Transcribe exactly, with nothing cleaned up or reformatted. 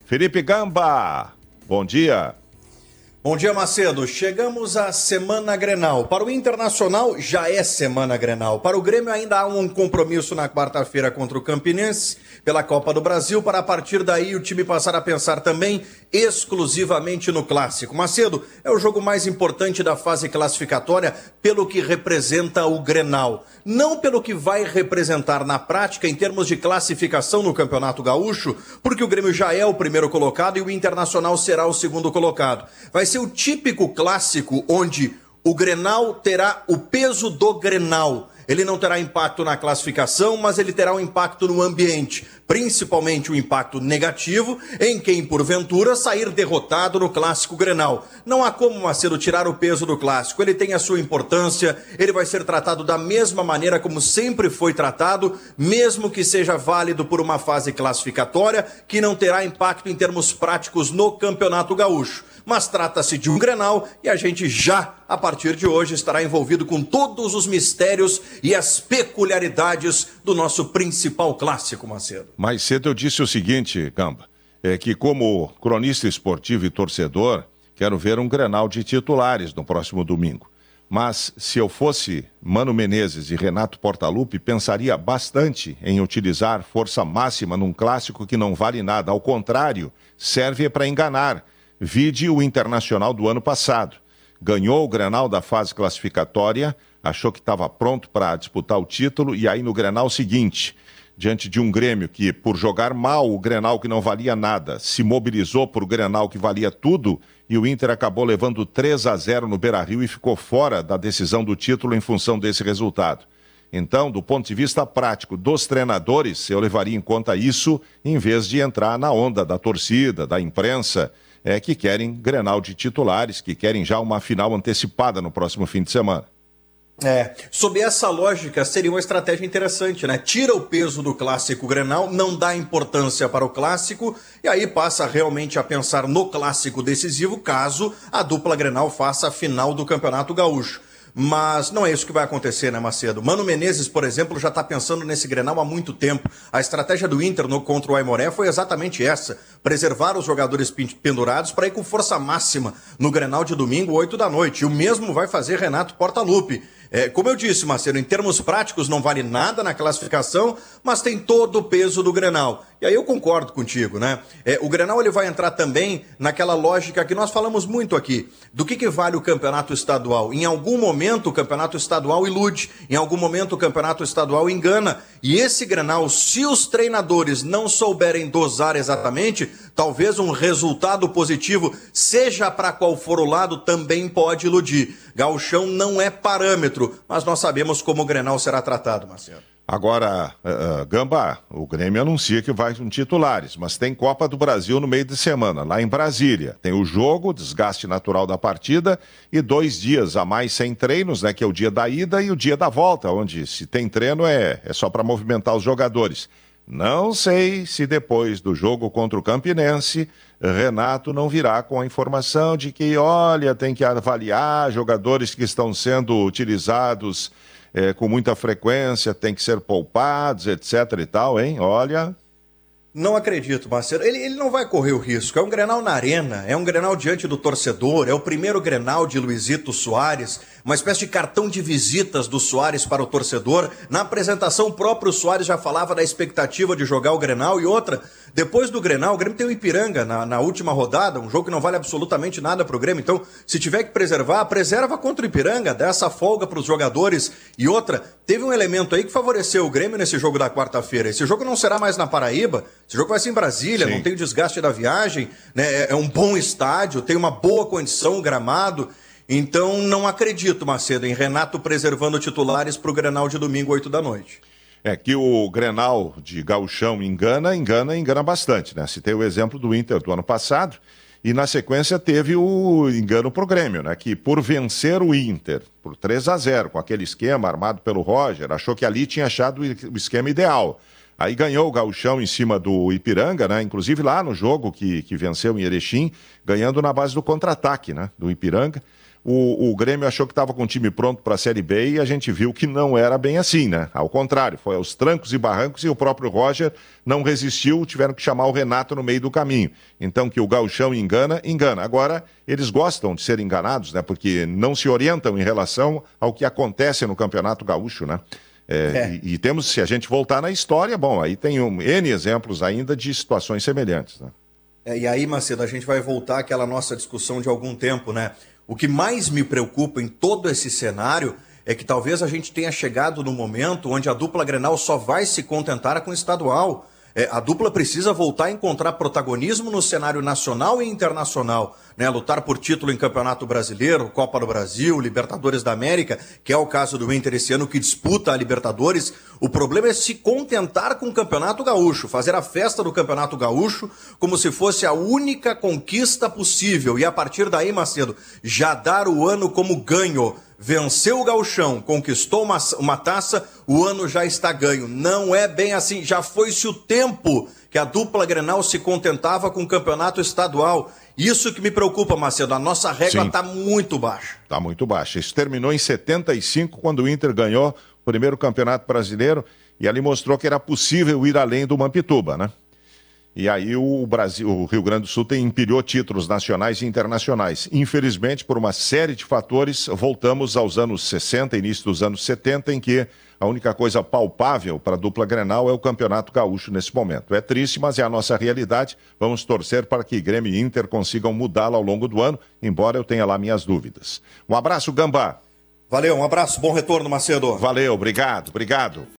Felipe Gamba, bom dia. Bom dia, Macedo. Chegamos à Semana Grenal. Para o Internacional, já é Semana Grenal. Para o Grêmio, ainda há um compromisso na quarta-feira contra o Campinense pela Copa do Brasil, para a partir daí o time passar a pensar também exclusivamente no Clássico. Macedo, é o jogo mais importante da fase classificatória pelo que representa o Grenal. Não pelo que vai representar na prática em termos de classificação no Campeonato Gaúcho, porque o Grêmio já é o primeiro colocado e o Internacional será o segundo colocado. Vai ser o típico clássico onde o Grenal terá o peso do Grenal. Ele não terá impacto na classificação, mas ele terá um impacto no ambiente, principalmente o um impacto negativo em quem, porventura, sair derrotado no Clássico Grenal. Não há como, Macedo, tirar o peso do Clássico. Ele tem a sua importância, ele vai ser tratado da mesma maneira como sempre foi tratado, mesmo que seja válido por uma fase classificatória, que não terá impacto em termos práticos no Campeonato Gaúcho. Mas trata-se de um Grenal e a gente já, a partir de hoje, estará envolvido com todos os mistérios e as peculiaridades do nosso principal clássico, Macedo. Mais cedo eu disse o seguinte, Gamba, é que como cronista esportivo e torcedor, quero ver um Grenal de titulares no próximo domingo. Mas se eu fosse Mano Menezes e Renato Portaluppi, pensaria bastante em utilizar força máxima num clássico que não vale nada. Ao contrário, serve para enganar. Vide o Internacional do ano passado. Ganhou o Grenal da fase classificatória, achou que estava pronto para disputar o título, e aí no Grenal seguinte, diante de um Grêmio que, por jogar mal o Grenal que não valia nada, se mobilizou por o Grenal que valia tudo, e o Inter acabou levando três a zero no Beira-Rio e ficou fora da decisão do título em função desse resultado. Então, do ponto de vista prático dos treinadores, eu levaria em conta isso, em vez de entrar na onda da torcida, da imprensa, é, que querem Grenal de titulares, que querem já uma final antecipada no próximo fim de semana. É, sob essa lógica, seria uma estratégia interessante, né? Tira o peso do clássico Grenal, não dá importância para o clássico, e aí passa realmente a pensar no clássico decisivo, caso a dupla Grenal faça a final do Campeonato Gaúcho. Mas não é isso que vai acontecer, né, Macedo? Mano Menezes, por exemplo, já está pensando nesse Grenal há muito tempo. A estratégia do Inter no, contra o Aimoré foi exatamente essa: preservar os jogadores pendurados para ir com força máxima no Grenal de domingo, oito da noite. E o mesmo vai fazer Renato Portaluppi. É, como eu disse, Marcelo, em termos práticos não vale nada na classificação, mas tem todo o peso do Grenal. E aí eu concordo contigo, né? É, o Grenal ele vai entrar também naquela lógica que nós falamos muito aqui. Do que, que vale o campeonato estadual? Em algum momento o campeonato estadual ilude, em algum momento o campeonato estadual engana. E esse Grenal, se os treinadores não souberem dosar exatamente, talvez um resultado positivo, seja para qual for o lado, também pode iludir. Gauchão não é parâmetro, mas nós sabemos como o Grenal será tratado, Marcelo. Agora, uh, Gamba, o Grêmio anuncia que vai com titulares, mas tem Copa do Brasil no meio de semana, lá em Brasília. Tem o jogo, desgaste natural da partida e dois dias a mais sem treinos, né, que é o dia da ida e o dia da volta, onde se tem treino é, é só para movimentar os jogadores. Não sei se depois do jogo contra o Campinense, Renato não virá com a informação de que, olha, tem que avaliar jogadores que estão sendo utilizados É, com muita frequência, tem que ser poupados, etc e tal, hein? Olha... Não acredito, Marcelo. Ele, ele não vai correr o risco. É um Grenal na arena, é um Grenal diante do torcedor, é o primeiro Grenal de Luizito Soares, uma espécie de cartão de visitas do Soares para o torcedor. Na apresentação, o próprio Soares já falava da expectativa de jogar o Grenal. E outra, depois do Grenal, o Grêmio tem o Ipiranga na, na última rodada, um jogo que não vale absolutamente nada para o Grêmio. Então, se tiver que preservar, preserva contra o Ipiranga, dá essa folga para os jogadores. E outra, teve um elemento aí que favoreceu o Grêmio nesse jogo da quarta-feira. Esse jogo não será mais na Paraíba, esse jogo vai ser em Brasília, Sim. Não tem o desgaste da viagem, né? É um bom estádio, tem uma boa condição, o gramado. Então, não acredito, Macedo, em Renato preservando titulares para o Grenal de domingo, oito da noite. É que o Grenal de Gauchão engana, engana, engana bastante, né? Citei o exemplo do Inter do ano passado e na sequência teve o engano pro Grêmio, né? Que por vencer o Inter por três a zero, com aquele esquema armado pelo Roger, achou que ali tinha achado o esquema ideal. Aí ganhou o Gauchão em cima do Ipiranga, né? Inclusive lá no jogo que, que venceu em Erechim, ganhando na base do contra-ataque, né? Do Ipiranga. o, o Grêmio achou que estava com o time pronto para a Série B e a gente viu que não era bem assim, né? Ao contrário, foi aos trancos e barrancos e o próprio Roger não resistiu, tiveram que chamar o Renato no meio do caminho. Então que o gauchão engana, engana. Agora, eles gostam de ser enganados, né? Porque não se orientam em relação ao que acontece no Campeonato Gaúcho, né? É, é. E, e temos, se a gente voltar na história, bom, aí tem um, N exemplos ainda de situações semelhantes, né? É, e aí, Macedo, a gente vai voltar àquela nossa discussão de algum tempo, né? O que mais me preocupa em todo esse cenário é que talvez a gente tenha chegado no momento onde a dupla Grenal só vai se contentar com o estadual. É, a dupla precisa voltar a encontrar protagonismo no cenário nacional e internacional, né? Lutar por título em Campeonato Brasileiro, Copa do Brasil, Libertadores da América, que é o caso do Inter esse ano que disputa a Libertadores. O problema é se contentar com o Campeonato Gaúcho, fazer a festa do Campeonato Gaúcho como se fosse a única conquista possível. E a partir daí, Macedo, já dar o ano como ganho. Venceu o Gauchão, conquistou uma, uma taça, o ano já está ganho. Não é bem assim, já foi-se o tempo que a dupla Grenal se contentava com o campeonato estadual. Isso que me preocupa, Macedo, a nossa régua está muito baixa. Está muito baixa. Isso terminou em setenta e cinco, quando o Inter ganhou o primeiro campeonato brasileiro, e ali mostrou que era possível ir além do Mampituba, né? E aí o Brasil, o Rio Grande do Sul tem empilhou títulos nacionais e internacionais. Infelizmente, por uma série de fatores, voltamos aos anos sessenta, início dos anos setenta, em que a única coisa palpável para a dupla Grenal é o Campeonato Gaúcho nesse momento. É triste, mas é a nossa realidade. Vamos torcer para que Grêmio e Inter consigam mudá-la ao longo do ano, embora eu tenha lá minhas dúvidas. Um abraço, Gambá. Valeu, um abraço, bom retorno, Macedo. Valeu, obrigado, obrigado.